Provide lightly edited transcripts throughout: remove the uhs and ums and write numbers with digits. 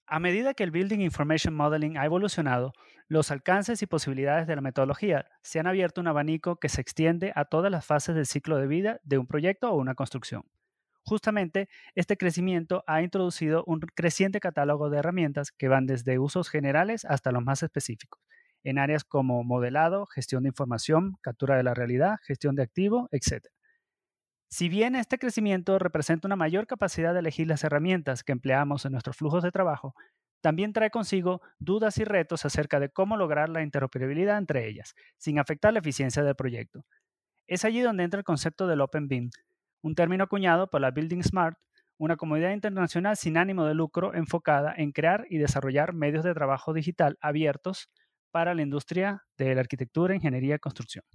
A medida que el Building Information Modeling ha evolucionado, los alcances y posibilidades de la metodología se han abierto un abanico que se extiende a todas las fases del ciclo de vida de un proyecto o una construcción. Justamente, este crecimiento ha introducido un creciente catálogo de herramientas que van desde usos generales hasta los más específicos, en áreas como modelado, gestión de información, captura de la realidad, gestión de activo, etc. Si bien este crecimiento representa una mayor capacidad de elegir las herramientas que empleamos en nuestros flujos de trabajo, también trae consigo dudas y retos acerca de cómo lograr la interoperabilidad entre ellas, sin afectar la eficiencia del proyecto. Es allí donde entra el concepto del Open BIM, un término acuñado por la Building Smart, una comunidad internacional sin ánimo de lucro enfocada en crear y desarrollar medios de trabajo digital abiertos para la industria de la arquitectura, ingeniería y construcción.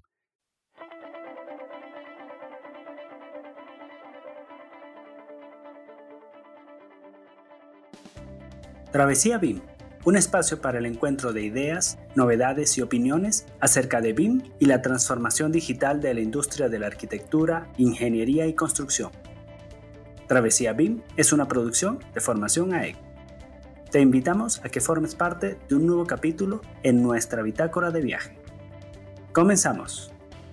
Travesía BIM, un espacio para el encuentro de ideas, novedades y opiniones acerca de BIM y la transformación digital de la industria de la arquitectura, ingeniería y construcción. Travesía BIM es una producción de Formación AEC. Te invitamos a que formes parte de un nuevo capítulo en nuestra bitácora de viaje. ¡Comenzamos!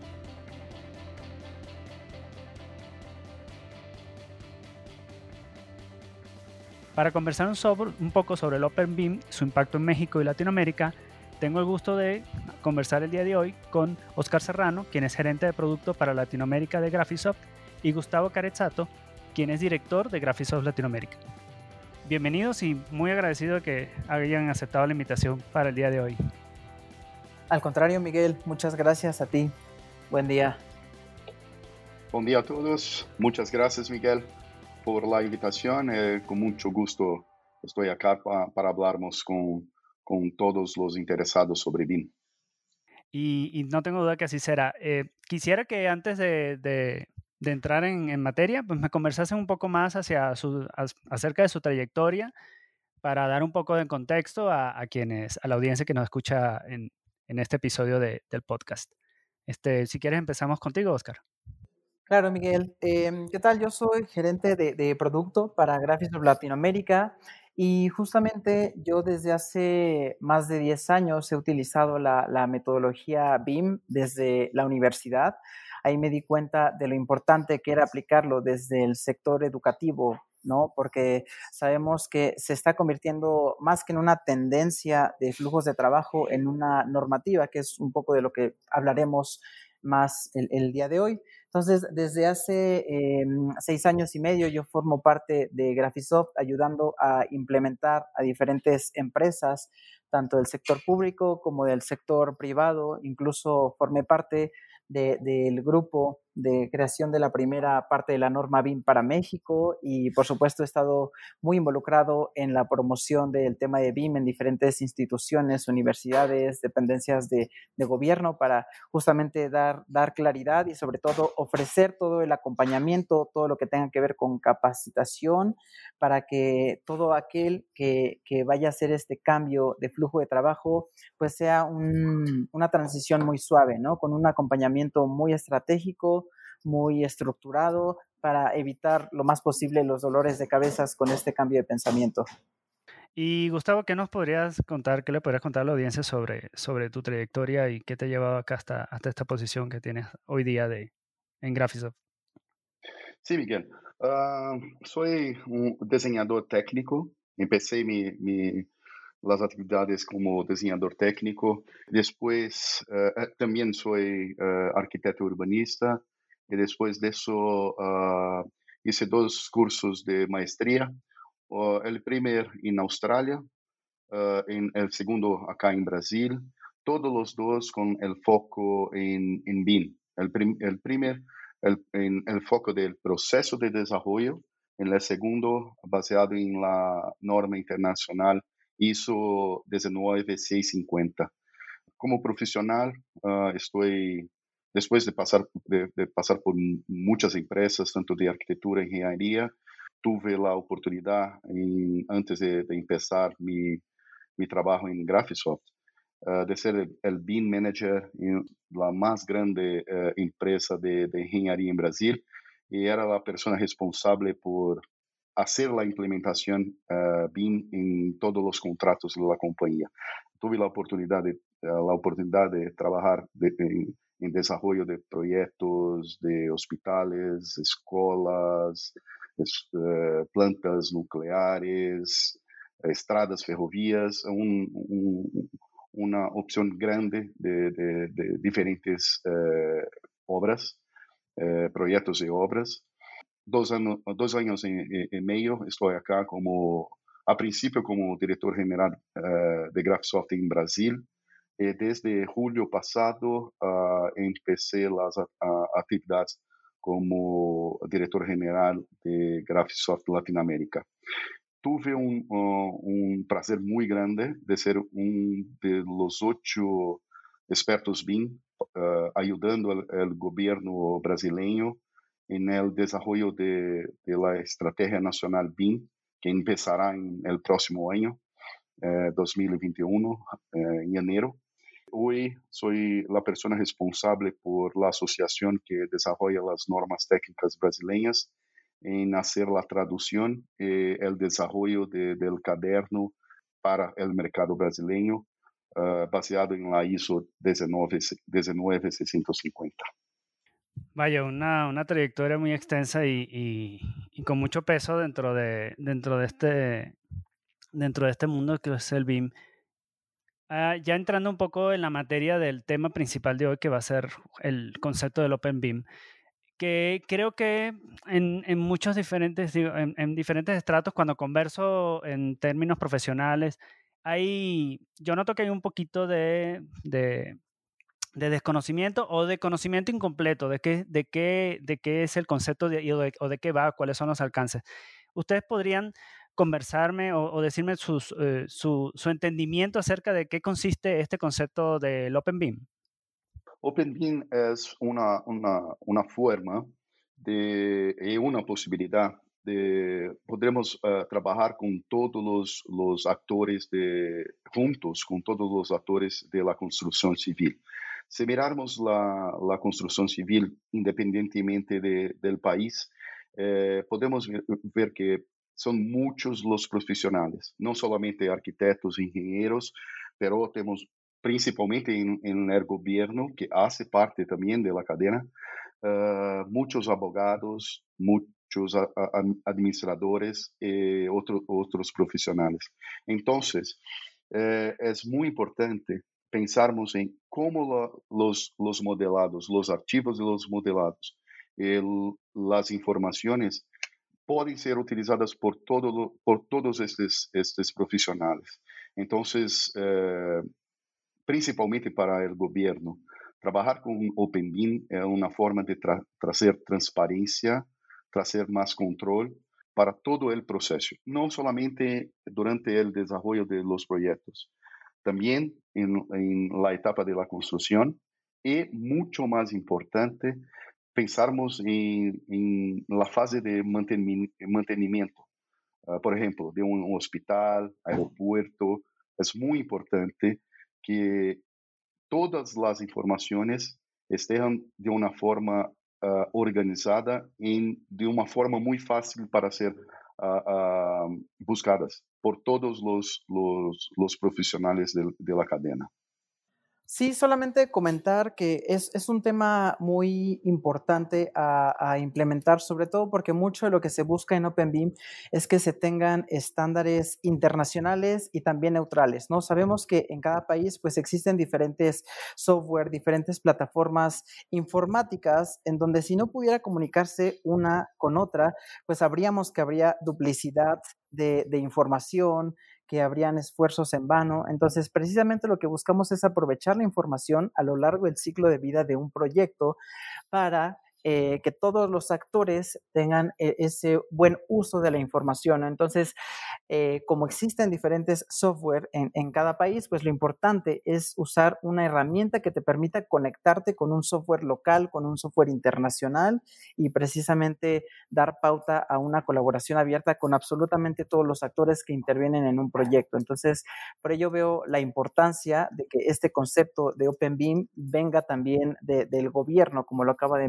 Para conversar un poco sobre el Open BIM, su impacto en México y Latinoamérica, tengo el gusto de conversar el día de hoy con Oscar Serrano, quien es gerente de producto para Latinoamérica de Graphisoft, y Gustavo Carezzato, quien es director de Graphisoft Latinoamérica. Bienvenidos y muy agradecido de que hayan aceptado la invitación para el día de hoy. Al contrario, Miguel, muchas gracias a ti. Buen día. Buen día a todos. Muchas gracias, Miguel, por la invitación. Con mucho gusto estoy acá para hablarnos con todos los interesados sobre BIM. Y no tengo duda que así será. Quisiera que antes de entrar en materia, pues me conversasen un poco más acerca de su trayectoria para dar un poco de contexto a la audiencia que nos escucha en este episodio del podcast. Si quieres empezamos contigo, Oscar. Claro, Miguel. ¿Qué tal? Yo soy gerente de producto para Graphisoft Latinoamérica y justamente yo desde hace más de 10 años he utilizado la metodología BIM desde la universidad. Ahí me di cuenta de lo importante que era aplicarlo desde el sector educativo, ¿no? Porque sabemos que se está convirtiendo más que en una tendencia de flujos de trabajo en una normativa, que es un poco de lo que hablaremos más el día de hoy. Entonces, desde hace 6 años y medio yo formo parte de Graphisoft ayudando a implementar a diferentes empresas, tanto del sector público como del sector privado. Incluso formé parte del grupo de creación de la primera parte de la norma BIM para México y por supuesto he estado muy involucrado en la promoción del tema de BIM en diferentes instituciones, universidades, dependencias de gobierno para justamente dar claridad y sobre todo ofrecer todo el acompañamiento, todo lo que tenga que ver con capacitación para que todo aquel que vaya a hacer este cambio de flujo de trabajo pues sea una transición muy suave, ¿no? Con un acompañamiento muy estratégico, muy estructurado para evitar lo más posible los dolores de cabezas con este cambio de pensamiento. Y Gustavo, ¿qué nos podrías contar, qué le podrías contar a la audiencia sobre tu trayectoria y qué te ha llevado acá hasta esta posición que tienes hoy día en Graphisoft? Sí, Miguel. Soy un diseñador técnico. Empecé las actividades como diseñador técnico. Después también soy arquitecto urbanista. Y después de eso hice 2 cursos de maestría. El primer en Australia, en el segundo acá en Brasil. Todos los 2 con el foco en BIM. El primer en el foco del proceso de desarrollo, en el segundo baseado en la norma internacional ISO 19650. Como profesional, estoy, después de pasar por muchas empresas, tanto de arquitectura e ingeniería, tuve la oportunidad, antes de empezar mi trabajo en Graphisoft, de ser el BIM Manager en la más grande empresa de ingeniería en Brasil y era la persona responsable por hacer la implementación BIM en todos los contratos de la compañía. Tuve la oportunidad de trabajar en desarrollo de proyectos de hospitales, escuelas, plantas nucleares, estradas, ferrovías, una opción grande de diferentes obras, proyectos de obras. 2 años y medio estoy acá a principio como director general de Graphisoft en Brasil. Desde julio pasado empecé las actividades como director general de Graphisoft Latinoamérica. Tuve un placer muy grande de ser uno de los 8 expertos BIM ayudando al gobierno brasileño en el desarrollo de la Estrategia Nacional BIM, que empezará en el próximo año, 2021, en enero. Hoy soy la persona responsable por la asociación que desarrolla las normas técnicas brasileñas en hacer la traducción y el desarrollo del caderno para el mercado brasileño, baseado en la ISO 19650. Vaya, una trayectoria muy extensa y con mucho peso dentro de este mundo que es el BIM. Ya entrando un poco en la materia del tema principal de hoy, que va a ser el concepto del Open BIM, que creo que en muchos diferentes, en diferentes estratos, cuando converso en términos profesionales, yo noto que hay un poquito de desconocimiento o de conocimiento incompleto de qué es el concepto o de qué va, cuáles son los alcances. ¿Ustedes podrían conversarme o decirme su entendimiento acerca de qué consiste este concepto del Open BIM? Open BIM es una forma y una posibilidad podremos trabajar con todos los actores juntos, con todos los actores de la construcción civil. Si mirarmos la construcción civil independientemente del país, podemos ver que son muchos los profesionales, no solamente arquitectos, ingenieros, pero tenemos principalmente en el gobierno, que hace parte también de la cadena, muchos abogados, muchos administradores y otros profesionales. Entonces, es muy importante pensarmos en cómo los modelados, los archivos de los modelados, las informaciones pueden ser utilizadas por todos estos profesionales. Entonces, principalmente para el gobierno, trabajar con Open BIM es una forma de traer transparencia, traer más control para todo el proceso, no solamente durante el desarrollo de los proyectos, también en la etapa de la construcción y, mucho más importante, pensarmos en la fase de mantenimiento. Por ejemplo, de un hospital, aeropuerto. Es muy importante que todas las informaciones estén de una forma organizada y de una forma muy fácil para ser buscadas por todos los profesionales de la cadena. Sí, solamente comentar que es un tema muy importante a implementar, sobre todo porque mucho de lo que se busca en Open BIM es que se tengan estándares internacionales y también neutrales, ¿no? Sabemos que en cada país pues existen diferentes software, diferentes plataformas informáticas en donde si no pudiera comunicarse una con otra, pues sabríamos que habría duplicidad de información, que habrían esfuerzos en vano. Entonces, precisamente lo que buscamos es aprovechar la información a lo largo del ciclo de vida de un proyecto para que todos los actores tengan ese buen uso de la información, ¿no? Entonces, como existen diferentes software en cada país, pues lo importante es usar una herramienta que te permita conectarte con un software local, con un software internacional y precisamente dar pauta a una colaboración abierta con absolutamente todos los actores que intervienen en un proyecto. Entonces, por ello veo la importancia de que este concepto de Open BIM venga también del gobierno, como lo acaba de mencionar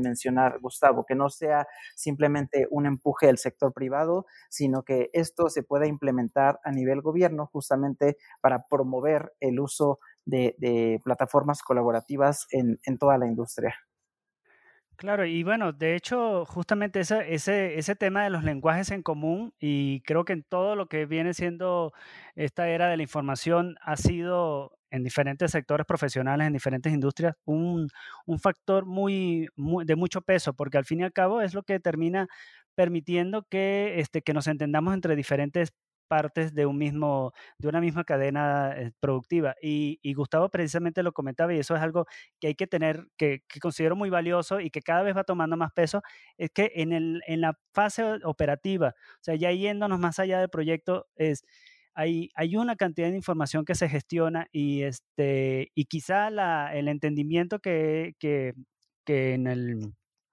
mencionar Gustavo, que no sea simplemente un empuje del sector privado, sino que esto se pueda implementar a nivel gobierno justamente para promover el uso de plataformas colaborativas en toda la industria. Claro, y bueno, de hecho, justamente ese tema de los lenguajes en común, y creo que en todo lo que viene siendo esta era de la información, ha sido en diferentes sectores profesionales, en diferentes industrias, un factor de mucho peso, porque al fin y al cabo es lo que termina permitiendo que nos entendamos entre diferentes partes de una misma cadena productiva. Y Gustavo precisamente lo comentaba, y eso es algo que hay que tener, que considero muy valioso y que cada vez va tomando más peso, es que en la fase operativa, o sea, ya yéndonos más allá del proyecto, hay una cantidad de información que se gestiona y quizá el entendimiento que en el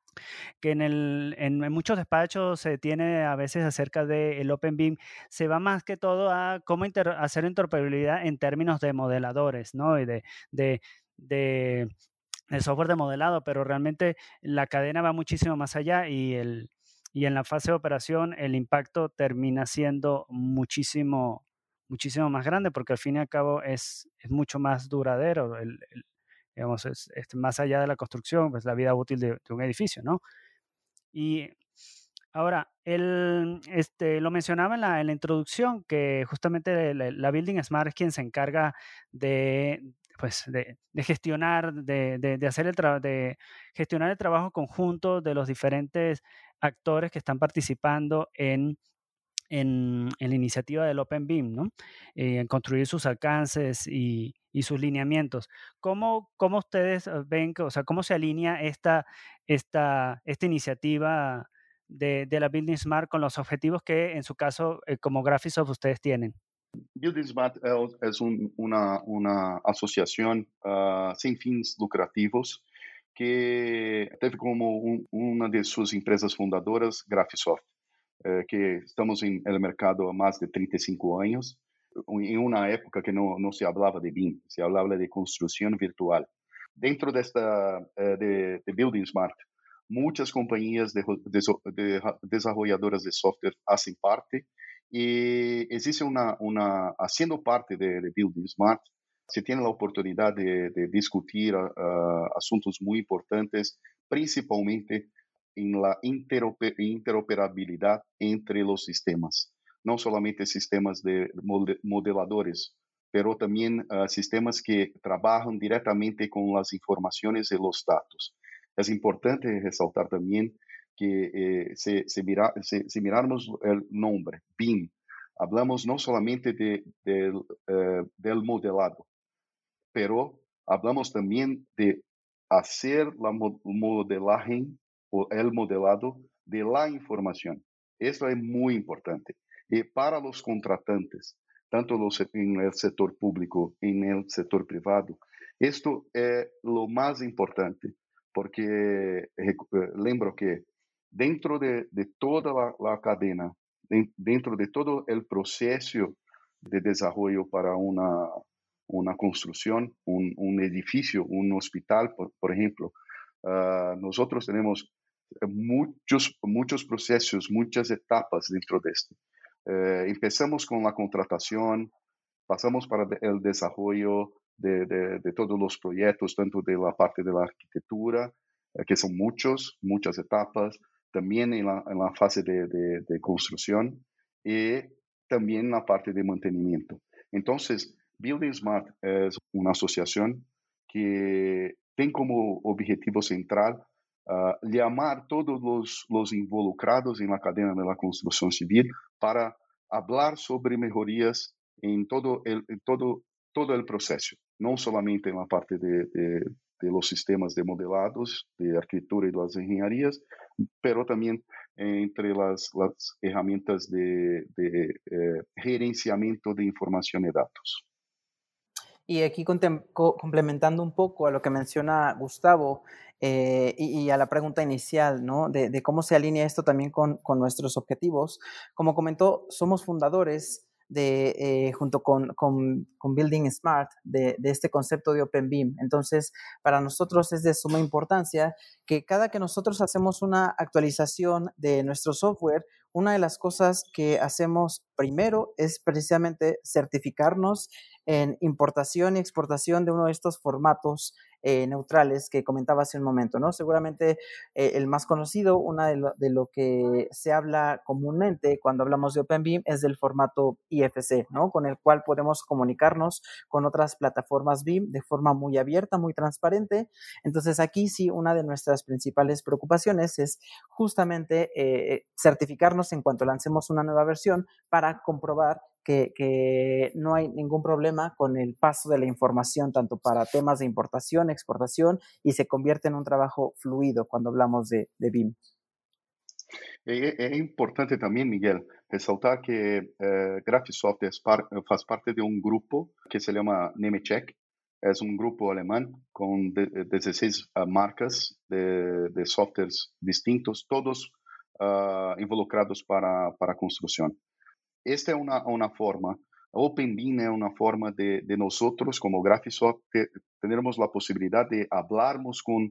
en muchos despachos se tiene a veces acerca del Open BIM, se va más que todo a cómo hacer interoperabilidad en términos de modeladores, ¿no? Y de, de, de software de modelado, pero realmente la cadena va muchísimo más allá y en la fase de operación el impacto termina siendo muchísimo más grande porque al fin y al cabo es mucho más duradero, digamos, más allá de la construcción, pues la vida útil de un edificio, ¿no? Y ahora, lo mencionaba en la introducción, que justamente la Building Smart es quien se encarga pues, de gestionar, de gestionar el trabajo conjunto de los diferentes actores que están participando en la iniciativa del Open BIM, ¿no? En construir sus alcances y sus lineamientos. ¿Cómo ustedes ven, o sea, cómo se alinea esta iniciativa de la Building Smart con los objetivos que en su caso como Graphisoft ustedes tienen? Building Smart es una asociación sin fins lucrativos que teve como una de sus empresas fundadoras Graphisoft, que estamos en el mercado há más de 35 años, en una época que no se hablaba de BIM, se hablaba de construcción virtual. Dentro de Building Smart, muchas compañías desarrolladoras de software hacen parte y existe haciendo parte de Building Smart, se tiene la oportunidad de discutir asuntos muy importantes, principalmente en la interoperabilidad entre los sistemas, no solamente sistemas de modeladores, pero también sistemas que trabajan directamente con las informaciones y los datos. Es importante resaltar también que si mirarmos el nombre, BIM, hablamos no solamente del modelado, pero hablamos también de hacer la modelaje o el modelado de la información. Eso es muy importante. Y para los contratantes, tanto en el sector público, en el sector privado, esto es lo más importante, porque lembro que dentro de toda la cadena, dentro de todo el proceso de desarrollo para una construcción, un edificio, un hospital, por ejemplo, nosotros tenemos muchos procesos, muchas etapas dentro de esto. Empezamos con la contratación, pasamos para el desarrollo de todos los proyectos, tanto de la parte de la arquitectura, que son muchas etapas, también en la fase de construcción y también en la parte de mantenimiento. Entonces, Building Smart es una asociación que tiene como objetivo central llamar todos los involucrados en la cadena de la construcción civil para hablar sobre mejorías en todo el proceso, no solamente en la parte de los sistemas de modelados, de arquitectura y de las ingenierías, pero también entre las herramientas de gerenciamiento de información y datos. Y aquí complementando un poco a lo que menciona Gustavo y a la pregunta inicial, ¿no? De cómo se alinea esto también con nuestros objetivos. Como comentó, somos fundadores junto con Building Smart, de este concepto de Open BIM. Entonces, para nosotros es de suma importancia que cada que nosotros hacemos una actualización de nuestro software, una de las cosas que hacemos primero es precisamente certificarnos en importación y exportación de uno de estos formatos neutrales que comentaba hace un momento, ¿no? Seguramente el más conocido, una de lo que se habla comúnmente cuando hablamos de OpenBIM es del formato IFC, ¿no? Con el cual podemos comunicarnos con otras plataformas BIM de forma muy abierta, muy transparente. Entonces aquí sí, una de nuestras principales preocupaciones es justamente certificarnos en cuanto lancemos una nueva versión para comprobar que no hay ningún problema con el paso de la información, tanto para temas de importación, exportación, y se convierte en un trabajo fluido cuando hablamos de BIM. É importante também, Miguel, ressaltar que Graphisoft faz parte de um grupo que se chama Nemetschek. É um grupo alemão com 16 marcas de softwares distintos, todos involucrados para a construção. Esta é uma forma, OpenBIM é uma forma de nós, como Graphisoft, termos a possibilidade de falarmos com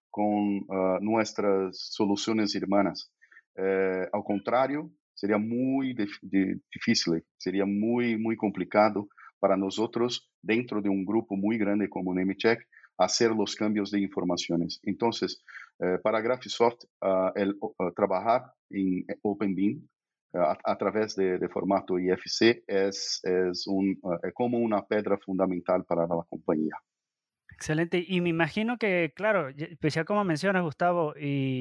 nossas soluções irmãs. Ao contrário, seria muito difícil, seria muito complicado para nós, dentro de um grupo muito grande como o Nemetschek, fazer os cambios de informações. Então, para Graphisoft, trabalhar em OpenBIM a través de formato IFC es como una pedra fundamental para la compañía. Excelente. Y me imagino que, claro, pues ya como mencionas, Gustavo,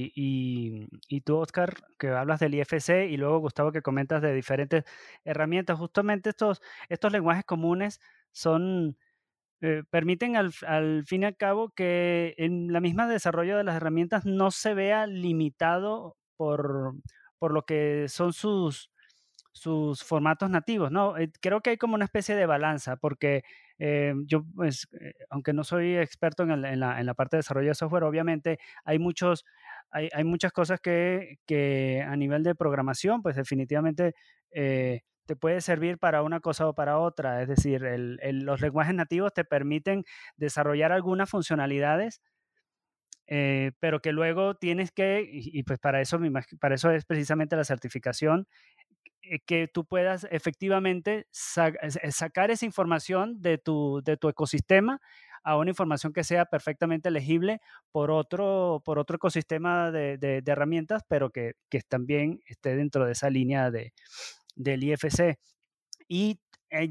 y tú, Oscar, que hablas del IFC, y luego, Gustavo, que comentas de diferentes herramientas, justamente estos lenguajes comunes son, permiten al fin y al cabo que en la misma desarrollo de las herramientas no se vea limitado por lo que son sus formatos nativos, ¿no? Creo que hay como una especie de balanza, porque yo, pues, aunque no soy experto en la parte de desarrollo de software, obviamente hay muchas cosas que a nivel de programación, pues definitivamente te puede servir para una cosa o para otra. Es decir, los lenguajes nativos te permiten desarrollar algunas funcionalidades, pero que luego tienes que, y pues para eso es precisamente la certificación, que tú puedas efectivamente sacar esa información de tu ecosistema a una información que sea perfectamente legible por otro ecosistema de herramientas, pero que también esté dentro de esa línea del IFC. Y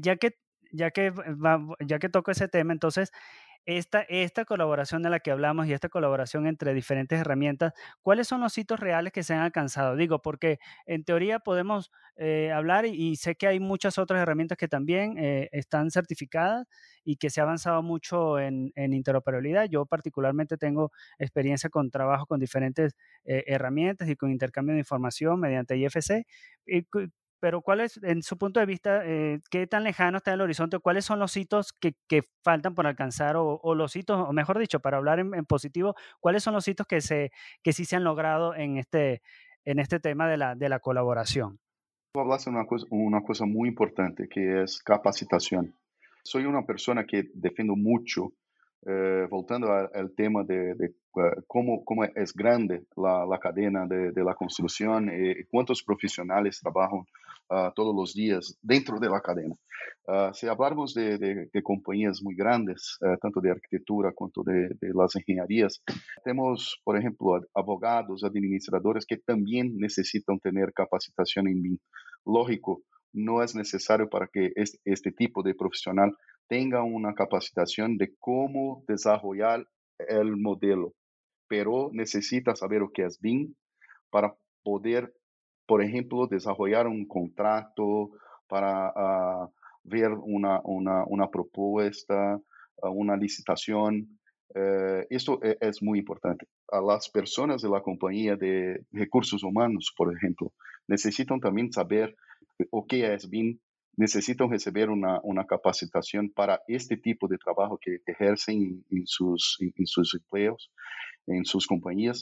ya que toco ese tema, entonces, esta colaboración de la que hablamos y esta colaboración entre diferentes herramientas, ¿cuáles son los hitos reales que se han alcanzado? Digo, porque en teoría podemos hablar y sé que hay muchas otras herramientas que también están certificadas y que se ha avanzado mucho en interoperabilidad. Yo particularmente tengo experiencia con trabajo con diferentes herramientas y con intercambio de información mediante IFC. Pero ¿cuál es, en su punto de vista, qué tan lejano está el horizonte? ¿Cuáles son los hitos que faltan por alcanzar? O los hitos, o mejor dicho, para hablar en positivo, ¿cuáles son los hitos que sí se han logrado en este tema de la colaboración? Tú hablaste una cosa muy importante que es capacitación. Soy una persona que defiendo mucho, voltando al tema de cómo es grande la cadena de la construcción y cuántos profesionales trabajan todos los días dentro de la cadena. Si hablamos de compañías muy grandes, tanto de arquitectura cuanto de las ingenierías, tenemos, por ejemplo, abogados, administradores que también necesitan tener capacitación en BIM. Lógico, no es necesario para que este tipo de profesional tenga una capacitación de cómo desarrollar el modelo, pero necesita saber lo que es BIM para poder, por ejemplo, desarrollar un contrato, para ver una propuesta, una licitación. Esto es muy importante. A las personas de la compañía de recursos humanos, por ejemplo, necesitan también saber o qué es BIM, necesitan recibir una capacitación para este tipo de trabajo que ejercen en sus empleos, en sus compañías.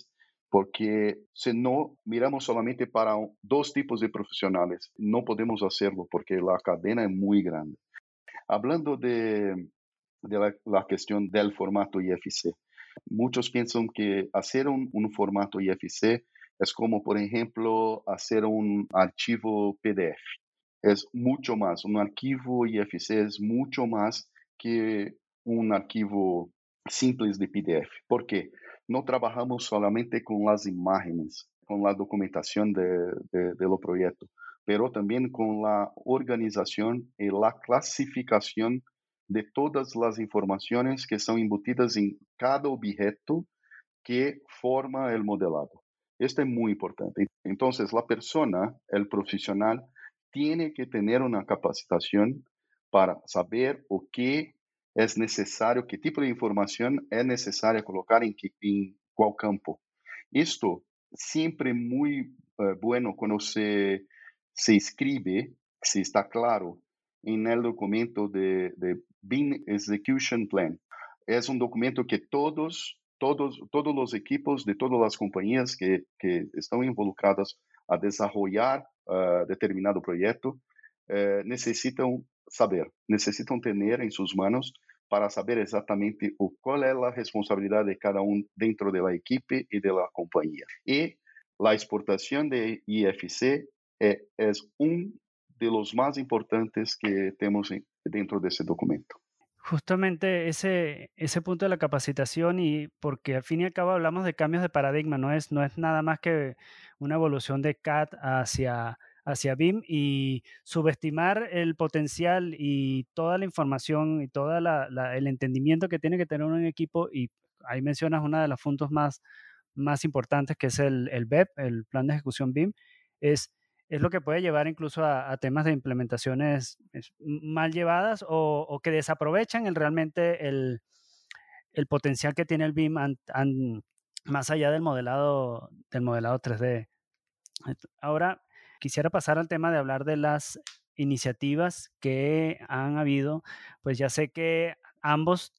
porque si no miramos solamente para dos tipos de profesionales, no podemos hacerlo porque la cadena es muy grande. Hablando de la cuestión del formato IFC, muchos piensan que hacer un formato IFC es como, por ejemplo, hacer un archivo PDF. Es mucho más, un archivo IFC es mucho más que un archivo simples de PDF. ¿Por qué? No trabajamos solamente con las imágenes, con la documentación de los proyectos, pero también con la organización y la clasificación de todas las informaciones que son embutidas en cada objeto que forma el modelado. Esto es muy importante. Entonces, la persona, el profesional, tiene que tener una capacitación para saber o qué es necesario, qué tipo de información es necesaria colocar en cuál campo. Esto siempre muy bueno cuando se escribe, si está claro en el documento de BIM Execution Plan. Es un documento que todos los equipos de todas las compañías que están involucradas a desarrollar determinado proyecto necesitan saber, necesitan tener en sus manos para saber exactamente cuál es la responsabilidad de cada uno dentro de la equipe y de la compañía. Y la exportación de IFC es uno de los más importantes que tenemos dentro de ese documento. Justamente ese punto de la capacitación y porque al fin y al cabo hablamos de cambios de paradigma, no es nada más que una evolución de CAD hacia BIM y subestimar el potencial y toda la información y todo el entendimiento que tiene que tener un equipo y ahí mencionas uno de los puntos más importantes que es el BEP, el Plan de Ejecución BIM, es es lo que puede llevar incluso a temas de implementaciones mal llevadas o que desaprovechan realmente el potencial que tiene el BIM más allá del modelado 3D. Ahora, quisiera pasar al tema de hablar de las iniciativas que han habido. Pues ya sé que ambos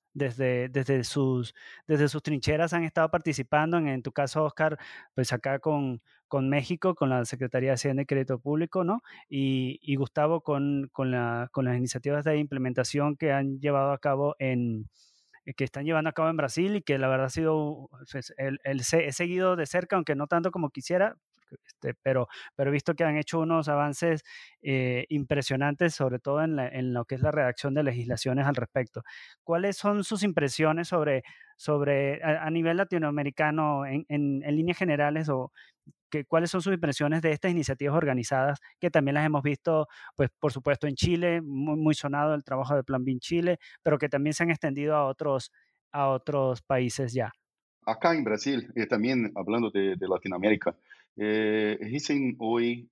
desde sus trincheras han estado participando. En tu caso, Oscar, pues acá con México, con la Secretaría de Hacienda y Crédito Público, ¿no? Y Gustavo con las iniciativas de implementación que han llevado a cabo que están llevando a cabo en Brasil y que la verdad ha sido, pues, he seguido de cerca, aunque no tanto como quisiera, pero he visto que han hecho unos avances impresionantes, sobre todo en lo que es la redacción de legislaciones al respecto. ¿Cuáles son sus impresiones sobre a nivel latinoamericano en líneas generales o cuáles son sus impresiones de estas iniciativas organizadas que también las hemos visto, pues por supuesto en Chile, muy, muy sonado el trabajo de Plan BIM Chile, pero que también se han extendido a otros países ya? Acá en Brasil, también hablando de Latinoamérica, existen hoy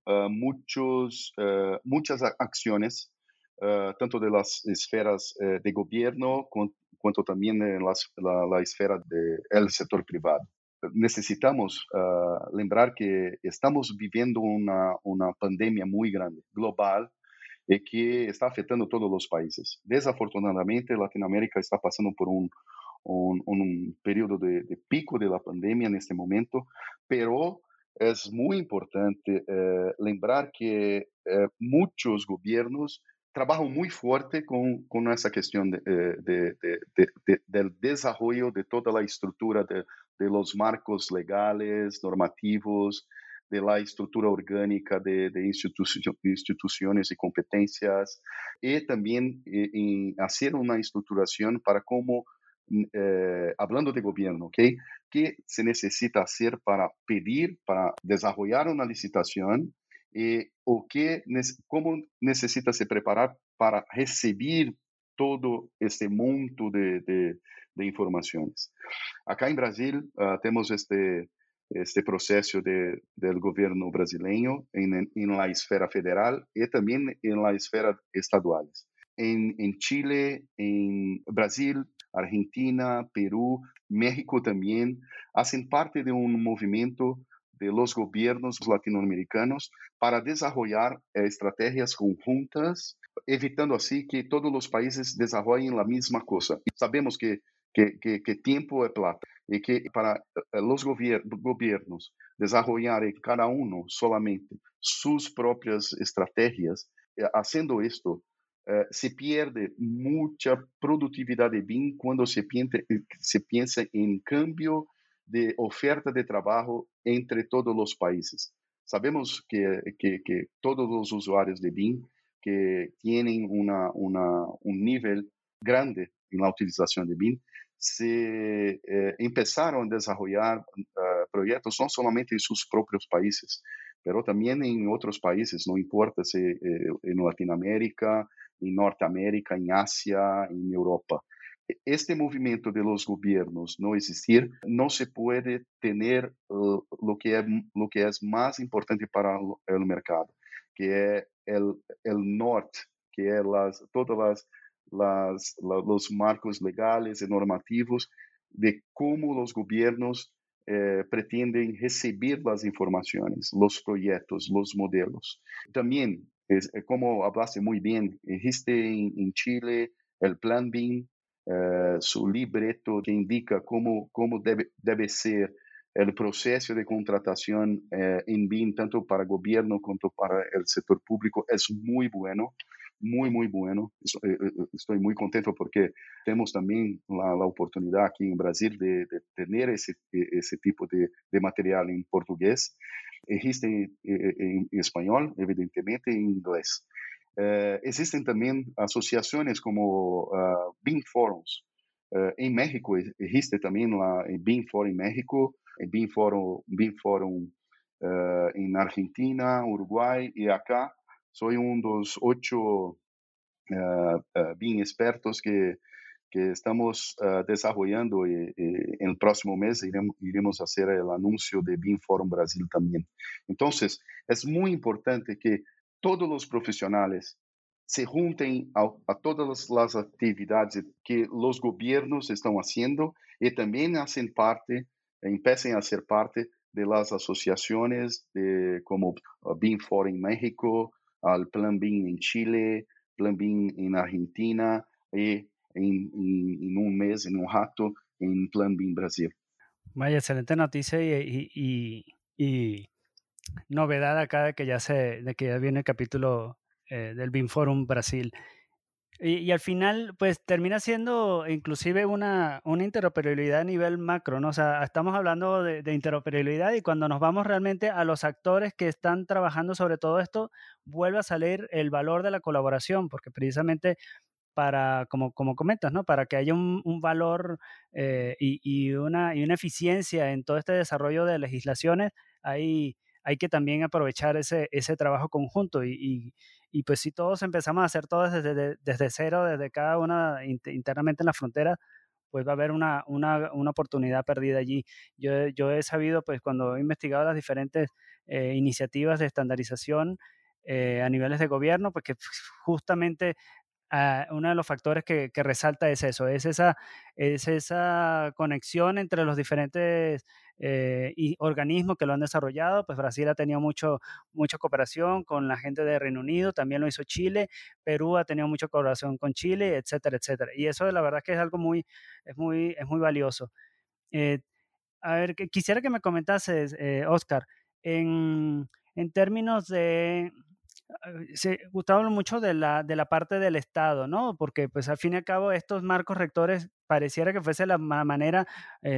muchas acciones, tanto de las esferas de gobierno cuanto también en la esfera del sector privado. Necesitamos lembrar que estamos viviendo una pandemia muy grande, global, que está afetando todos los países. Desafortunadamente, Latinoamérica está pasando por un periodo de pico de la pandemia en este momento, pero es muy importante lembrar que muchos gobiernos trabajan muy fuerte con esa cuestión del desarrollo de toda la estructura de los marcos legales, normativos, de la estructura orgánica de instituciones y competencias, y también en hacer una estructuración para cómo, hablando de gobierno, ¿ok? ¿Qué se necesita hacer para pedir, para desarrollar una licitación? ¿Cómo necesita se preparar para recibir todo este monto de informaciones? Acá en Brasil tenemos este proceso del gobierno brasileño en la esfera federal y también en la esfera estaduales. En Chile, en Brasil, Argentina, Perú, México también hacen parte de un movimiento de los gobiernos latinoamericanos para desarrollar estrategias conjuntas, evitando así que todos los países desarrollen la misma cosa. Y sabemos que que tiempo es plata y que para los gobiernos desarrollar cada uno solamente sus propias estrategias, haciendo esto, se pierde mucha productividad de BIM cuando se piensa en cambio de oferta de trabajo entre todos los países. Sabemos que todos los usuarios de BIM que tienen un nivel grande en la utilización de BIM se empezaron a desarrollar proyectos no solamente en sus propios países, pero también en otros países, no importa si en Latinoamérica, en Norteamérica, en Asia, en Europa. Este movimiento de los gobiernos no existir, no se puede tener lo que es más importante para el mercado, que es el norte, que es todas los marcos legales y normativos de cómo los gobiernos pretenden recibir las informaciones, los proyectos, los modelos. También, como hablaste muy bien, existe en Chile el Plan BIM, su libreto que indica cómo debe ser el proceso de contratación en BIM, tanto para gobierno como para el sector público, es muy bueno, muy bueno. Estoy muy contento porque tenemos también la oportunidad aquí en Brasil de tener ese tipo de material en portugués. Existe en español, evidentemente, en inglés. Existen también asociaciones como BIM Forums. En México existe también el BIM Forum en México, el BIM Forum en Argentina, Uruguay, y acá soy uno de los 8 BIM expertos que estamos desarrollando y en el próximo mes iremos a hacer el anuncio de BIM Forum Brasil también. Entonces, es muy importante que todos los profesionales se junten a todas las actividades que los gobiernos están haciendo y también empiecen a ser parte de las asociaciones como BIM Forum en México, al Plan BIM en Chile, Plan BIM en Argentina y en un mes, en un rato, en Plan BIM Brasil. Vaya, excelente noticia y novedad acá de que ya viene el capítulo del BIM Forum Brasil. Y al final, pues termina siendo inclusive una interoperabilidad a nivel macro, ¿no? O sea, estamos hablando de interoperabilidad y cuando nos vamos realmente a los actores que están trabajando sobre todo esto, vuelve a salir el valor de la colaboración, porque precisamente como comentas, ¿no? Para que haya un valor y una eficiencia en todo este desarrollo de legislaciones, hay que también aprovechar ese trabajo conjunto y pues si todos empezamos a hacer todo desde cero, desde cada una internamente en la frontera, pues va a haber una oportunidad perdida allí. Yo he sabido, pues cuando he investigado las diferentes iniciativas de estandarización a niveles de gobierno, pues que justamente uno de los factores que resalta es eso, es esa conexión entre los diferentes organismos que lo han desarrollado. Pues Brasil ha tenido mucha cooperación con la gente de Reino Unido, también lo hizo Chile, Perú ha tenido mucha colaboración con Chile, etcétera, etcétera. Y eso la verdad que es algo es muy valioso. Eh, a ver, quisiera que me comentases, Oscar, en términos de, se gustaba mucho de la parte del Estado, ¿no? Porque pues al fin y al cabo estos marcos rectores pareciera que fuese la manera,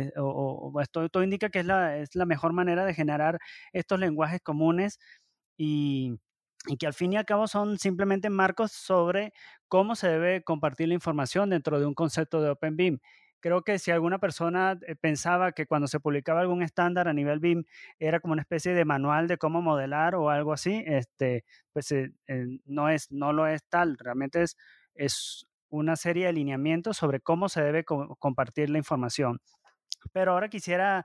todo indica que es la mejor manera de generar estos lenguajes comunes y, y que al fin y al cabo son simplemente marcos sobre cómo se debe compartir la información dentro de un concepto de Open BIM. Creo que si alguna persona pensaba que cuando se publicaba algún estándar a nivel BIM era como una especie de manual de cómo modelar o algo así, pues no lo es tal, realmente es una serie de lineamientos sobre cómo se debe compartir la información. Pero ahora quisiera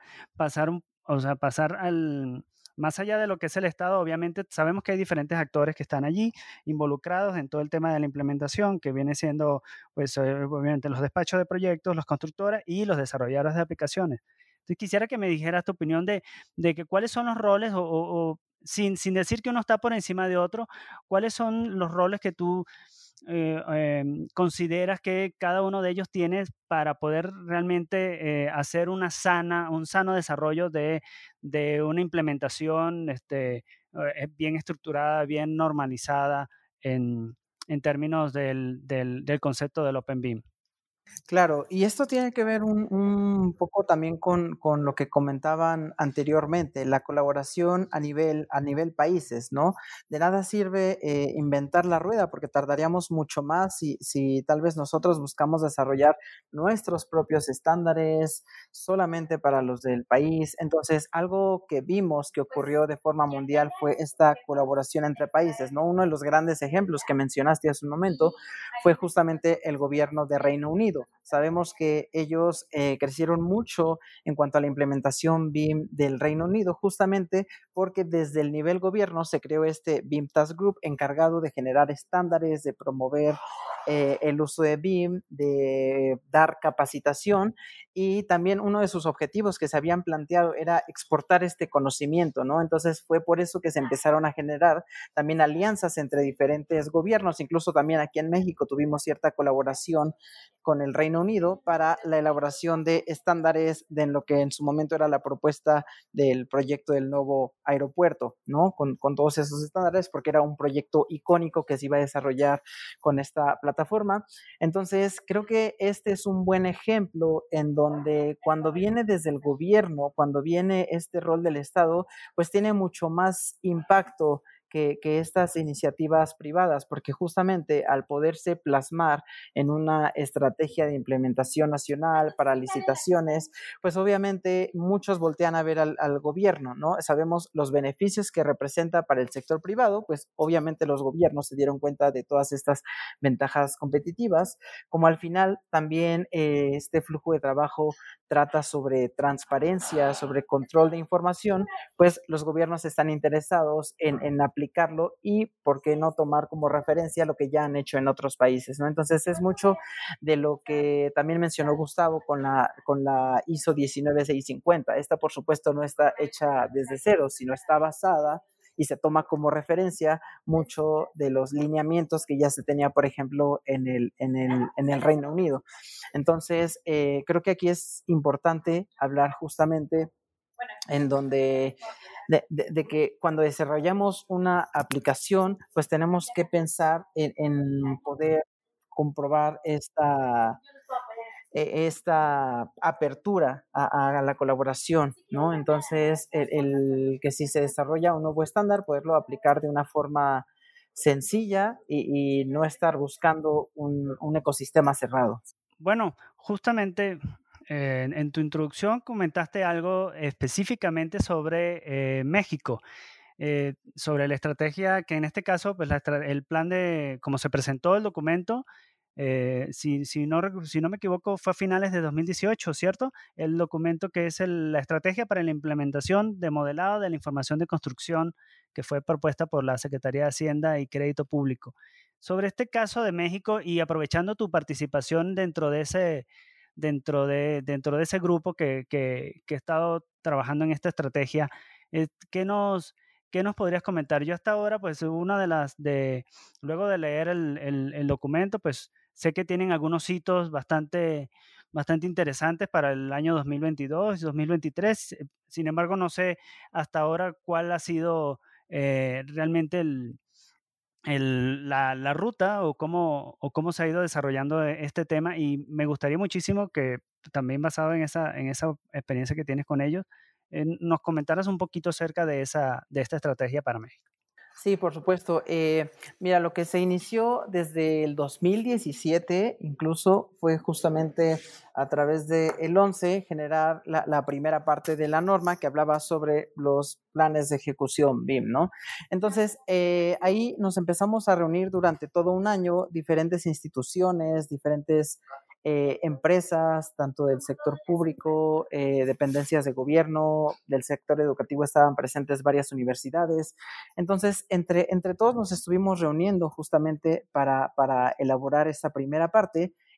pasar más allá de lo que es el Estado. Obviamente sabemos que hay diferentes actores que están allí involucrados en todo el tema de la implementación, que viene siendo, pues, obviamente los despachos de proyectos, las constructoras y los desarrolladores de aplicaciones. Entonces quisiera que me dijeras tu opinión de que cuáles son los roles sin decir que uno está por encima de otro, cuáles son los roles que tú consideras que cada uno de ellos tiene para poder realmente hacer un sano desarrollo de una implementación bien estructurada, bien normalizada en términos del concepto del Open BIM? Claro, y esto tiene que ver un poco también con lo que comentaban anteriormente, la colaboración a nivel países, ¿no? De nada sirve inventar la rueda porque tardaríamos mucho más si tal vez nosotros buscamos desarrollar nuestros propios estándares solamente para los del país. Entonces, algo que vimos que ocurrió de forma mundial fue esta colaboración entre países, ¿no? Uno de los grandes ejemplos que mencionaste hace un momento fue justamente el gobierno de Reino Unido. Sabemos que ellos crecieron mucho en cuanto a la implementación BIM del Reino Unido, justamente porque desde el nivel gobierno se creó este BIM Task Group encargado de generar estándares, de promover el uso de BIM, de dar capacitación, y también uno de sus objetivos que se habían planteado era exportar este conocimiento, ¿no? Entonces fue por eso que se empezaron a generar también alianzas entre diferentes gobiernos, incluso también aquí en México tuvimos cierta colaboración con el Reino Unido para la elaboración de estándares de lo que en su momento era la propuesta del proyecto del nuevo aeropuerto, ¿no? Con todos esos estándares, porque era un proyecto icónico que se iba a desarrollar con esta plataforma. Entonces, creo que este es un buen ejemplo en donde cuando viene desde el gobierno, cuando viene este rol del Estado, pues tiene mucho más impacto que estas iniciativas privadas, porque justamente al poderse plasmar en una estrategia de implementación nacional para licitaciones, pues obviamente muchos voltean a ver al gobierno, ¿no? Sabemos los beneficios que representa para el sector privado, pues obviamente los gobiernos se dieron cuenta de todas estas ventajas competitivas, como al final también este flujo de trabajo trata sobre transparencia, sobre control de información, pues los gobiernos están interesados en aplicarlo y por qué no tomar como referencia lo que ya han hecho en otros países, ¿no? Entonces es mucho de lo que también mencionó Gustavo con la ISO 19650. Esta, por supuesto, no está hecha desde cero, sino está basada y se toma como referencia mucho de los lineamientos que ya se tenía, por ejemplo, en el Reino Unido. Entonces, creo que aquí es importante hablar justamente en donde de que cuando desarrollamos una aplicación, pues tenemos que pensar en poder comprobar esta apertura a la colaboración, ¿no? Entonces, el que si se desarrolla un nuevo estándar, poderlo aplicar de una forma sencilla y no estar buscando un ecosistema cerrado. Bueno, justamente en tu introducción comentaste algo específicamente sobre México, sobre la estrategia que en este caso, pues el plan de cómo se presentó el documento, si no me equivoco, fue a finales de 2018, ¿cierto? El documento que es la estrategia para la implementación de modelado de la información de construcción que fue propuesta por la Secretaría de Hacienda y Crédito Público. Sobre este caso de México y aprovechando tu participación dentro de ese grupo que ha estado trabajando en esta estrategia, eh, ¿qué nos, ¿qué nos podrías comentar? Yo hasta ahora, pues luego de leer el documento, pues sé que tienen algunos hitos bastante interesantes para el año 2022 y 2023. Sin embargo, no sé hasta ahora cuál ha sido realmente la ruta o cómo se ha ido desarrollando este tema, y me gustaría muchísimo que también basado en esa experiencia que tienes con ellos, nos comentaras un poquito acerca de esta estrategia para México. Sí, por supuesto. Mira, lo que se inició desde el 2017, incluso fue justamente a través de el 11 generar la primera parte de la norma que hablaba sobre los planes de ejecución BIM, ¿no? Entonces, ahí nos empezamos a reunir durante todo un año diferentes instituciones, diferentes empresas, tanto del sector público, dependencias de gobierno, del sector educativo estaban presentes varias universidades. Entonces, entre todos nos estuvimos reuniendo justamente para elaborar esta primera parte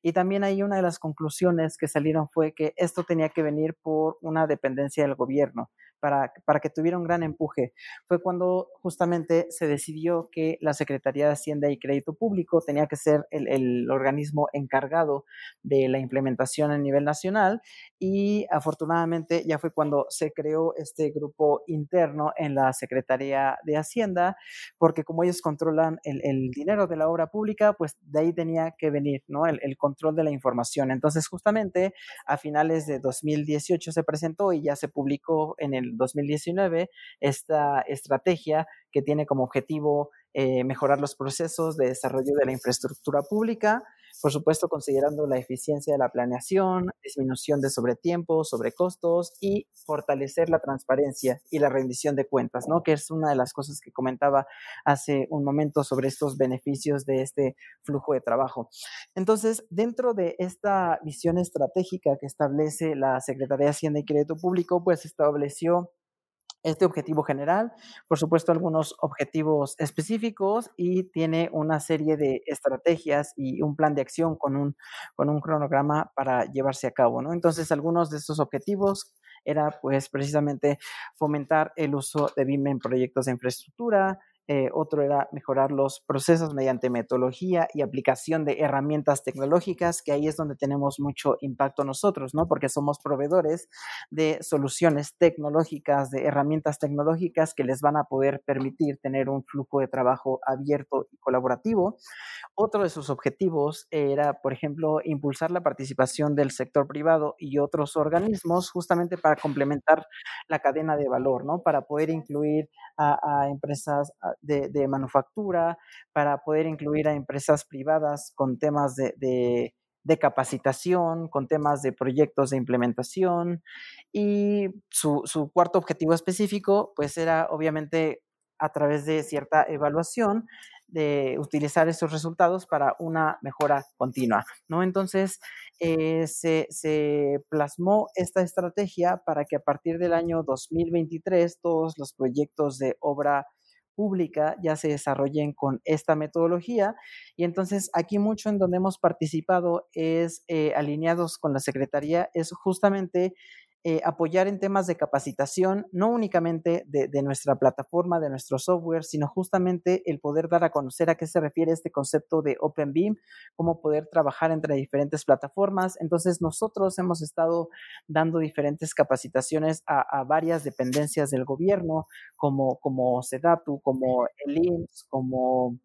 Y también ahí una de las conclusiones que salieron fue que esto tenía que venir por una dependencia del gobierno para que tuviera un gran empuje. Fue cuando justamente se decidió que la Secretaría de Hacienda y Crédito Público tenía que ser el organismo encargado de la implementación a nivel nacional, y afortunadamente ya fue cuando se creó este grupo interno en la Secretaría de Hacienda, porque como ellos controlan el dinero de la obra pública, pues de ahí tenía que venir, ¿no? El control de la información. Entonces, justamente a finales de 2018 se presentó y ya se publicó en el 2019 esta estrategia que tiene como objetivo mejorar los procesos de desarrollo de la infraestructura pública, por supuesto considerando la eficiencia de la planeación, disminución de sobretiempos, sobrecostos y fortalecer la transparencia y la rendición de cuentas, ¿no? Que es una de las cosas que comentaba hace un momento sobre estos beneficios de este flujo de trabajo. Entonces, dentro de esta visión estratégica que establece la Secretaría de Hacienda y Crédito Público, pues estableció este objetivo general, por supuesto algunos objetivos específicos, y tiene una serie de estrategias y un plan de acción con un cronograma para llevarse a cabo, ¿no? Entonces, algunos de estos objetivos era pues precisamente fomentar el uso de BIM en proyectos de infraestructura. Otro era mejorar los procesos mediante metodología y aplicación de herramientas tecnológicas, que ahí es donde tenemos mucho impacto nosotros, ¿no? Porque somos proveedores de soluciones tecnológicas, de herramientas tecnológicas que les van a poder permitir tener un flujo de trabajo abierto y colaborativo. Otro de sus objetivos era, por ejemplo, impulsar la participación del sector privado y otros organismos justamente para complementar la cadena de valor, ¿no? Para poder incluir a empresas de manufactura, para poder incluir a empresas privadas con temas de capacitación, con temas de proyectos de implementación. Y su cuarto objetivo específico, pues era obviamente a través de cierta evaluación, de utilizar esos resultados para una mejora continua, ¿no? Entonces, se plasmó esta estrategia para que a partir del año 2023 todos los proyectos de obra pública ya se desarrollen con esta metodología. Y entonces aquí mucho en donde hemos participado es alineados con la Secretaría, es justamente apoyar en temas de capacitación, no únicamente de nuestra plataforma, de nuestro software, sino justamente el poder dar a conocer a qué se refiere este concepto de Open BIM, cómo poder trabajar entre diferentes plataformas. Entonces nosotros hemos estado dando diferentes capacitaciones a varias dependencias del gobierno, como SEDATU, como el IMSS, como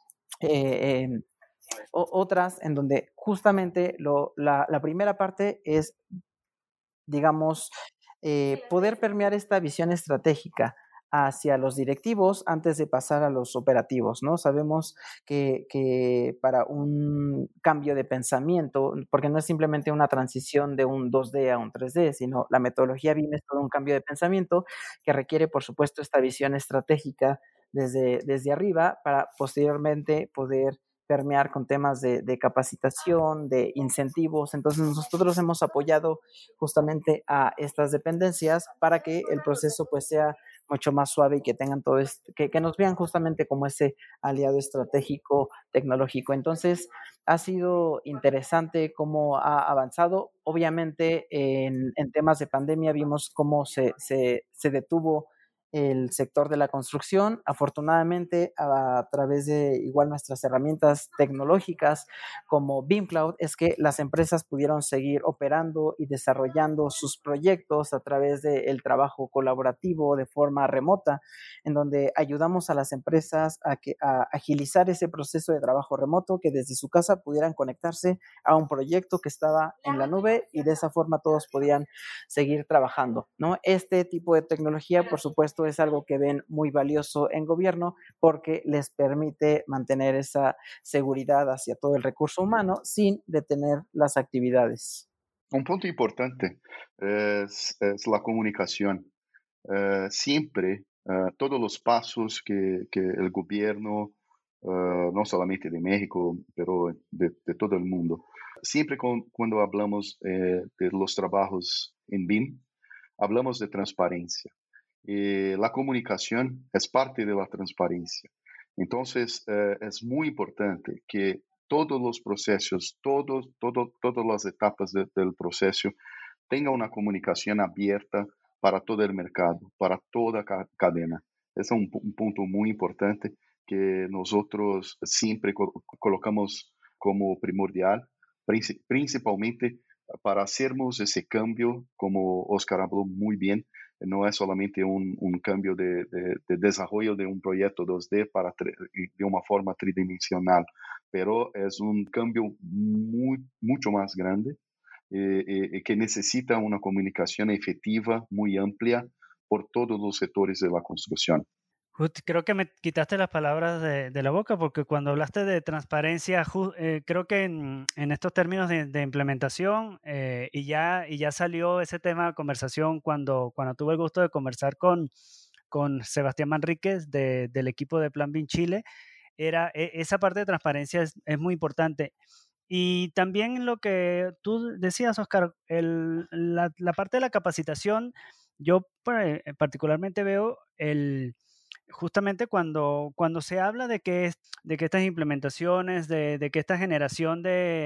otras, en donde justamente la primera parte es, digamos, poder permear esta visión estratégica hacia los directivos antes de pasar a los operativos, ¿no? Sabemos que para un cambio de pensamiento, porque no es simplemente una transición de un 2D a un 3D, sino la metodología BIM es todo un cambio de pensamiento que requiere, por supuesto, esta visión estratégica desde arriba para posteriormente poder permear con temas de capacitación, de incentivos. Entonces, nosotros hemos apoyado justamente a estas dependencias para que el proceso pues sea mucho más suave y que tengan todo esto, que nos vean justamente como ese aliado estratégico tecnológico. Entonces, ha sido interesante cómo ha avanzado. Obviamente, en temas de pandemia vimos cómo se detuvo el sector de la construcción. Afortunadamente, a través de igual nuestras herramientas tecnológicas como BIM Cloud, es que las empresas pudieron seguir operando y desarrollando sus proyectos a través del trabajo colaborativo de forma remota, en donde ayudamos a las empresas a agilizar ese proceso de trabajo remoto, que desde su casa pudieran conectarse a un proyecto que estaba en la nube, y de esa forma todos podían seguir trabajando, ¿no? Este tipo de tecnología, por supuesto, es algo que ven muy valioso en gobierno porque les permite mantener esa seguridad hacia todo el recurso humano sin detener las actividades. Un punto importante es la comunicación. Siempre, todos los pasos que el gobierno, no solamente de México, pero de todo el mundo, siempre cuando hablamos de los trabajos en BIM, hablamos de transparencia. La comunicación es parte de la transparencia. Entonces, es muy importante que todos los procesos, todas las etapas del proceso, tenga una comunicación abierta para todo el mercado, para toda cadena. Ese es un punto muy importante que nosotros siempre colocamos como primordial, principalmente para hacermos ese cambio, como Oscar habló muy bien, no es solamente un cambio de desarrollo de un proyecto 2D de una forma tridimensional, pero es un cambio mucho más grande que necesita una comunicación efectiva, muy amplia, por todos los sectores de la construcción. Creo que me quitaste las palabras de la boca, porque cuando hablaste de transparencia, creo que en estos términos de implementación, y ya salió ese tema de conversación cuando tuve el gusto de conversar con Sebastián Manríquez del equipo de Plan BIM Chile, esa parte de transparencia es muy importante. Y también lo que tú decías, Oscar, la parte de la capacitación, yo particularmente veo justamente cuando se habla de que estas implementaciones, de que esta generación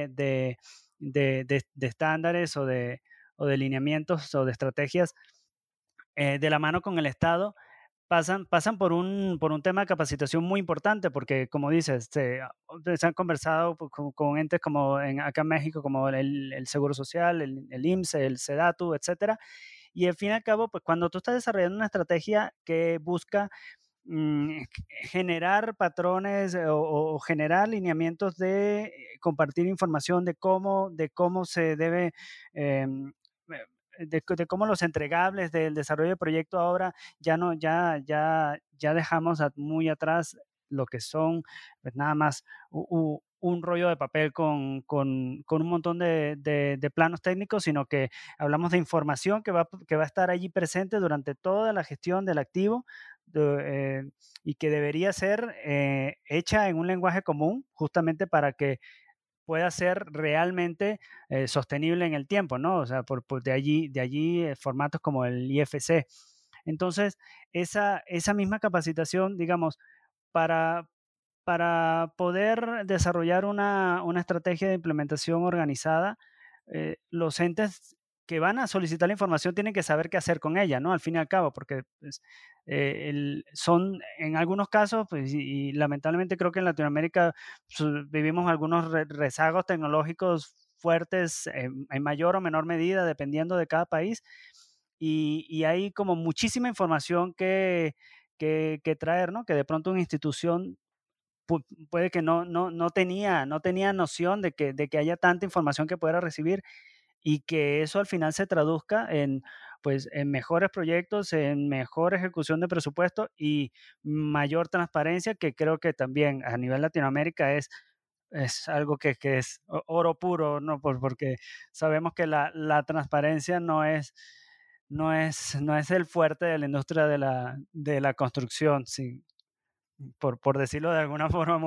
de estándares o de lineamientos o de estrategias de la mano con el Estado, pasan por un tema de capacitación muy importante, porque como dices, se han conversado con entes como acá en México, como el Seguro Social, el IMSS, el SEDATU, etcétera. Y al fin y al cabo, pues cuando tú estás desarrollando una estrategia que busca mm, generar patrones o generar lineamientos de compartir información de cómo se debe, em, de cómo los entregables del desarrollo del proyecto ahora ya no, ya dejamos muy atrás lo que son pues nada más un rollo de papel con un montón de planos técnicos, sino que hablamos de información que va a estar allí presente durante toda la gestión del activo y que debería ser hecha en un lenguaje común justamente para que pueda ser realmente sostenible en el tiempo, ¿no? O sea, de allí formatos como el IFC. Entonces, esa misma capacitación, digamos, para, para poder desarrollar una estrategia de implementación organizada, los entes que van a solicitar la información tienen que saber qué hacer con ella, ¿no? Al fin y al cabo, porque pues, son en algunos casos, pues, y lamentablemente creo que en Latinoamérica vivimos algunos rezagos tecnológicos fuertes en mayor o menor medida, dependiendo de cada país, y hay como muchísima información que traer, ¿no? Que de pronto una institución puede que no tenía noción de que haya tanta información que pudiera recibir y que eso al final se traduzca en, pues, en mejores proyectos, en mejor ejecución de presupuesto y mayor transparencia, que creo que también a nivel Latinoamérica es algo que es oro puro, ¿no? Porque sabemos que la transparencia no es el fuerte de la industria de la construcción, sí, por decirlo de alguna forma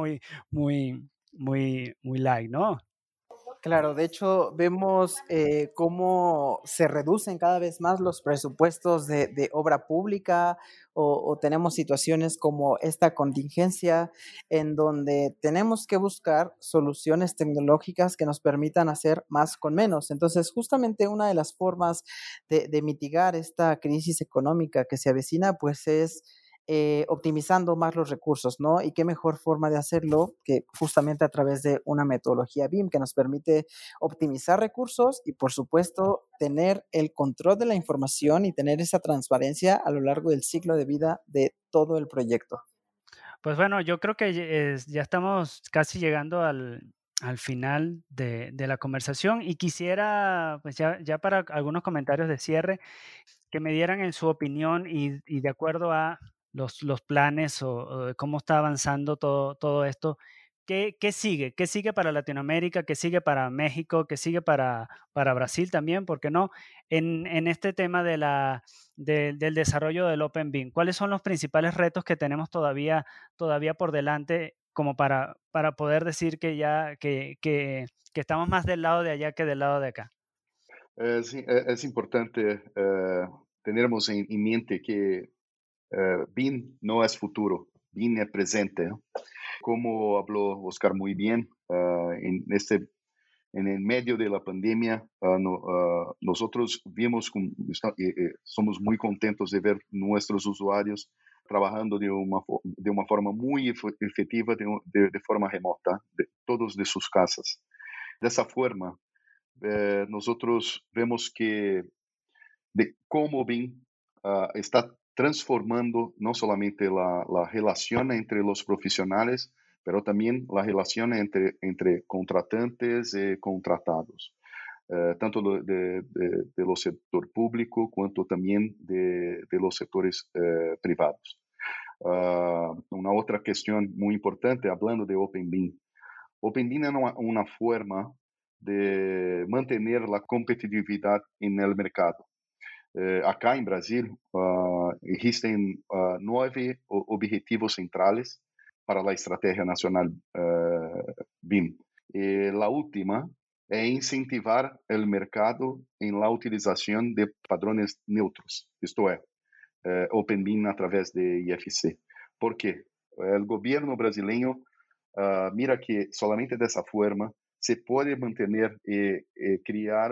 muy light, ¿no? Claro, de hecho, vemos cómo se reducen cada vez más los presupuestos de obra pública o tenemos situaciones como esta contingencia en donde tenemos que buscar soluciones tecnológicas que nos permitan hacer más con menos. Entonces, justamente una de las formas de mitigar esta crisis económica que se avecina, pues es optimizando más los recursos, ¿no? Y qué mejor forma de hacerlo que justamente a través de una metodología BIM que nos permite optimizar recursos y, por supuesto, tener el control de la información y tener esa transparencia a lo largo del ciclo de vida de todo el proyecto. Pues bueno, yo creo que ya estamos casi llegando al final de la conversación y quisiera, pues ya para algunos comentarios de cierre, que me dieran en su opinión y de acuerdo a los planes o de cómo está avanzando todo esto, ¿qué sigue? ¿Qué sigue para Latinoamérica? ¿Qué sigue para México? ¿Qué sigue para Brasil también? ¿Por qué no? En este tema del desarrollo del Open BIM, ¿cuáles son los principales retos que tenemos todavía por delante como para poder decir que estamos más del lado de allá que del lado de acá? Sí, es importante tenermos en mente que BIM no es futuro, BIM es presente, ¿no? Como habló Oscar muy bien, en el medio de la pandemia, nosotros somos muy contentos de ver nuestros usuarios trabajando de una forma muy efectiva, de forma remota, todos de sus casas. De esa forma, nosotros vemos que de cómo BIM está transformando no solamente la relación entre los profesionales, pero también la relación entre contratantes y contratados, tanto de los sector público cuanto también de los sectores privados. Una otra cuestión muy importante, hablando de OpenBIM. OpenBIM es una forma de mantener la competitividad en el mercado. Acá en Brasil existen 9 objetivos centrales para la Estrategia Nacional BIM. La última es incentivar el mercado en la utilización de padrões neutros, esto es, OpenBIM a través de IFC. ¿Por qué? El gobierno brasileño mira que solamente de esa forma se puede mantener y crear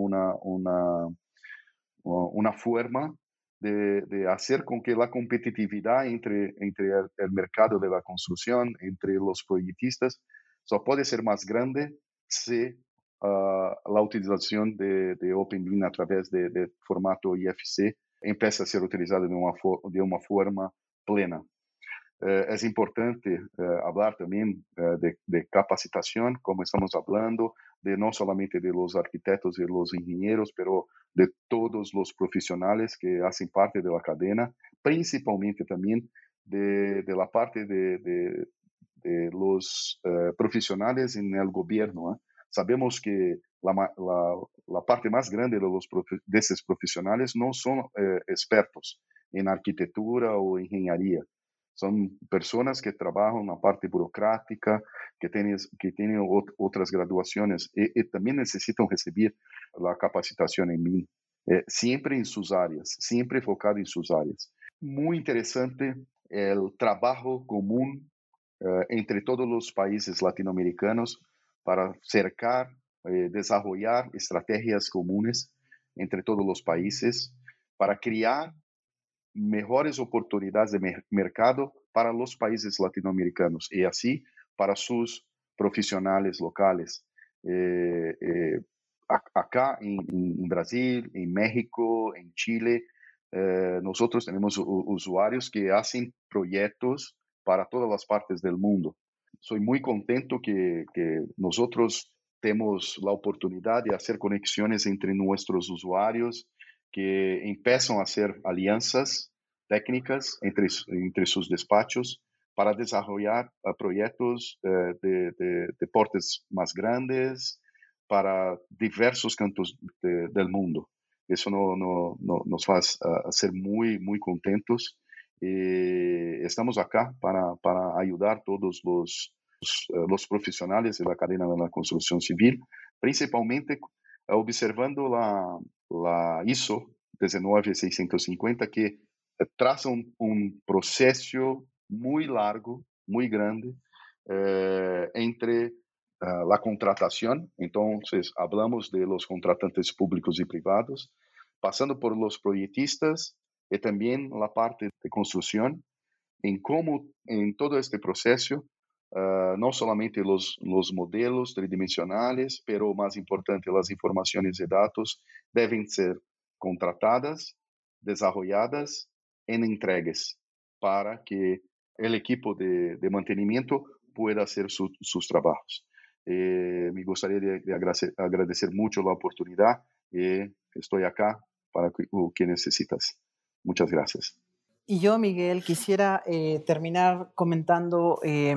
una forma de hacer con que la competitividad entre el mercado de la construcción, entre los proyectistas, solo puede ser más grande si la utilización de OpenBIM a través de formato IFC empieza a ser utilizada de una forma plena. Es importante hablar también de capacitación, como estamos hablando, de no solamente de los arquitectos y los ingenieros, pero de todos los profesionales que hacen parte de la cadena, principalmente también de la parte de los profesionales en el gobierno. Sabemos que la parte más grande de esos profesionales no son expertos en arquitectura o ingeniería. Son personas que trabajan en la parte burocrática, que tienen otras graduaciones y también necesitan recibir la capacitación en BIM, siempre en sus áreas, siempre enfocado en sus áreas. Muy interesante el trabajo común entre todos los países latinoamericanos para cercar, desarrollar estrategias comunes entre todos los países para crear mejores oportunidades de mercado para los países latinoamericanos y así para sus profesionales locales. Acá en Brasil, en México, en Chile, nosotros tenemos usuarios que hacen proyectos para todas las partes del mundo. Soy muy contento que nosotros tenemos la oportunidad de hacer conexiones entre nuestros usuarios que empiezan a hacer alianzas técnicas entre sus despachos para desarrollar proyectos de portes más grandes para diversos cantos del mundo. Eso nos hace ser muy, muy contentos. Estamos acá para ayudar todos los profesionales de la cadena de la construcción civil, principalmente observando la ISO 19650, que traza un proceso muy largo, muy grande, entre la contratación. Entonces, hablamos de los contratantes públicos y privados, pasando por los proyectistas y también la parte de construcción, en cómo en todo este proceso, no solamente los modelos tridimensionales, pero más importante, las informaciones y datos deben ser contratadas, desarrolladas en entregues para que el equipo de mantenimiento pueda hacer sus trabajos. Me gustaría de agradecer mucho la oportunidad y estoy acá para lo que necesitas. Muchas gracias. Y yo, Miguel, quisiera terminar comentando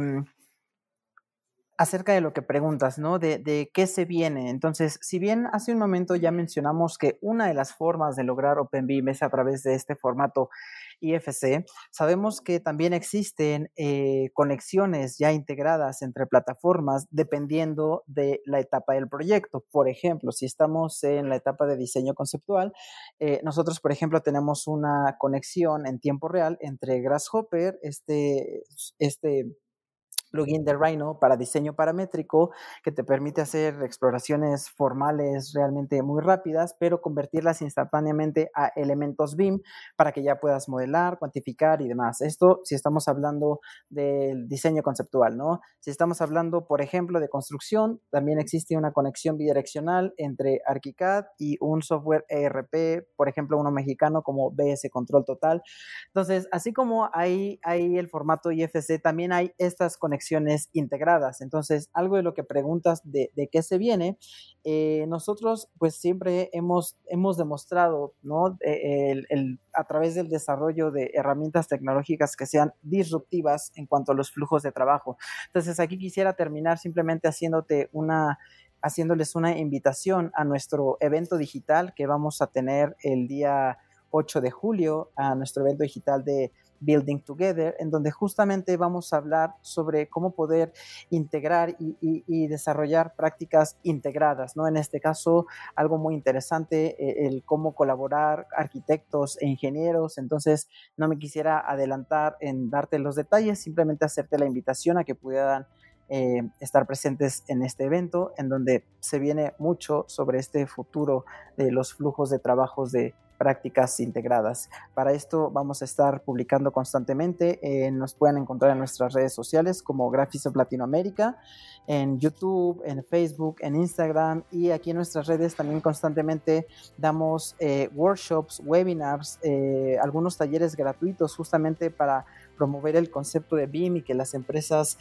acerca de lo que preguntas, ¿no? De qué se viene. Entonces, si bien hace un momento ya mencionamos que una de las formas de lograr OpenBIM es a través de este formato IFC, sabemos que también existen conexiones ya integradas entre plataformas dependiendo de la etapa del proyecto. Por ejemplo, si estamos en la etapa de diseño conceptual, nosotros, por ejemplo, tenemos una conexión en tiempo real entre Grasshopper, este plugin de Rhino para diseño paramétrico que te permite hacer exploraciones formales realmente muy rápidas, pero convertirlas instantáneamente a elementos BIM para que ya puedas modelar, cuantificar y demás. Esto si estamos hablando del diseño conceptual, ¿no? Si estamos hablando, por ejemplo, de construcción, también existe una conexión bidireccional entre ArchiCAD y un software ERP, por ejemplo, uno mexicano como BS Control Total. Entonces, así como hay el formato IFC, también hay estas conexiones integradas. Entonces, algo de lo que preguntas de qué se viene, nosotros pues siempre hemos demostrado, ¿no? A través del desarrollo de herramientas tecnológicas que sean disruptivas en cuanto a los flujos de trabajo. Entonces, aquí quisiera terminar simplemente haciéndoles una invitación a nuestro evento digital que vamos a tener el día 8 de julio, a nuestro evento digital de Building Together, en donde justamente vamos a hablar sobre cómo poder integrar y desarrollar prácticas integradas, ¿no? En este caso, algo muy interesante, el cómo colaborar arquitectos e ingenieros. Entonces, no me quisiera adelantar en darte los detalles, simplemente hacerte la invitación a que pudieran estar presentes en este evento, en donde se viene mucho sobre este futuro de los flujos de trabajos de prácticas integradas. Para esto vamos a estar publicando constantemente. Nos pueden encontrar en nuestras redes sociales como Graphisoft Latinoamérica, en YouTube, en Facebook, en Instagram, y aquí en nuestras redes también constantemente damos workshops, webinars, algunos talleres gratuitos justamente para promover el concepto de BIM y que las empresas,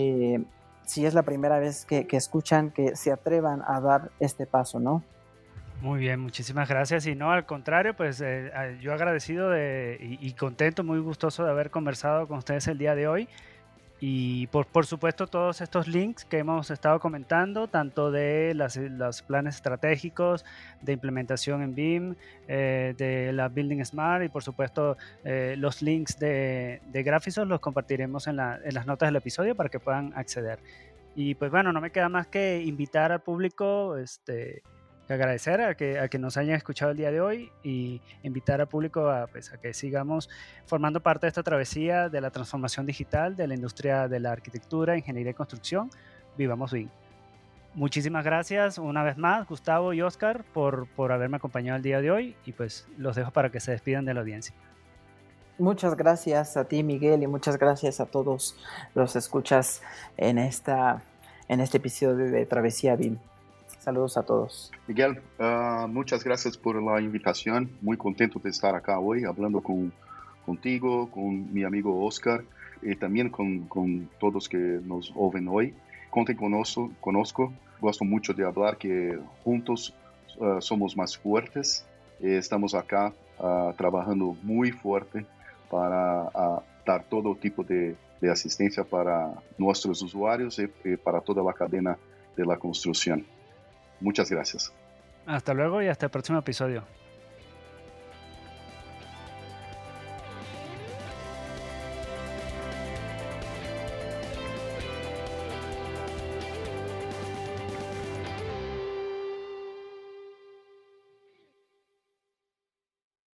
si es la primera vez que escuchan, que se atrevan a dar este paso, ¿no? Muy bien, muchísimas gracias. Y no, al contrario, pues yo agradecido y contento, muy gustoso de haber conversado con ustedes el día de hoy. Y por supuesto todos estos links que hemos estado comentando, tanto de los planes estratégicos de implementación en BIM, de la Building Smart y por supuesto los links de Graphisoft los compartiremos en las notas del episodio para que puedan acceder. Y pues bueno, no me queda más que invitar al público, agradecer a que nos hayan escuchado el día de hoy y invitar al público a que sigamos formando parte de esta travesía de la transformación digital de la industria de la arquitectura, ingeniería y construcción. Vivamos BIM. Muchísimas gracias una vez más, Gustavo y Oscar, por haberme acompañado el día de hoy, y pues los dejo para que se despidan de la audiencia. Muchas gracias a ti, Miguel, y muchas gracias a todos los escuchas en este episodio de Travesía BIM. Saludos a todos. Miguel, muchas gracias por la invitación. Muy contento de estar acá hoy hablando contigo, con mi amigo Oscar y también con todos que nos oyen hoy. Como te conozco, gosto mucho de hablar que juntos somos más fuertes. Estamos acá trabajando muy fuerte para dar todo tipo de asistencia para nuestros usuarios y para toda la cadena de la construcción. Muchas gracias. Hasta luego y hasta el próximo episodio.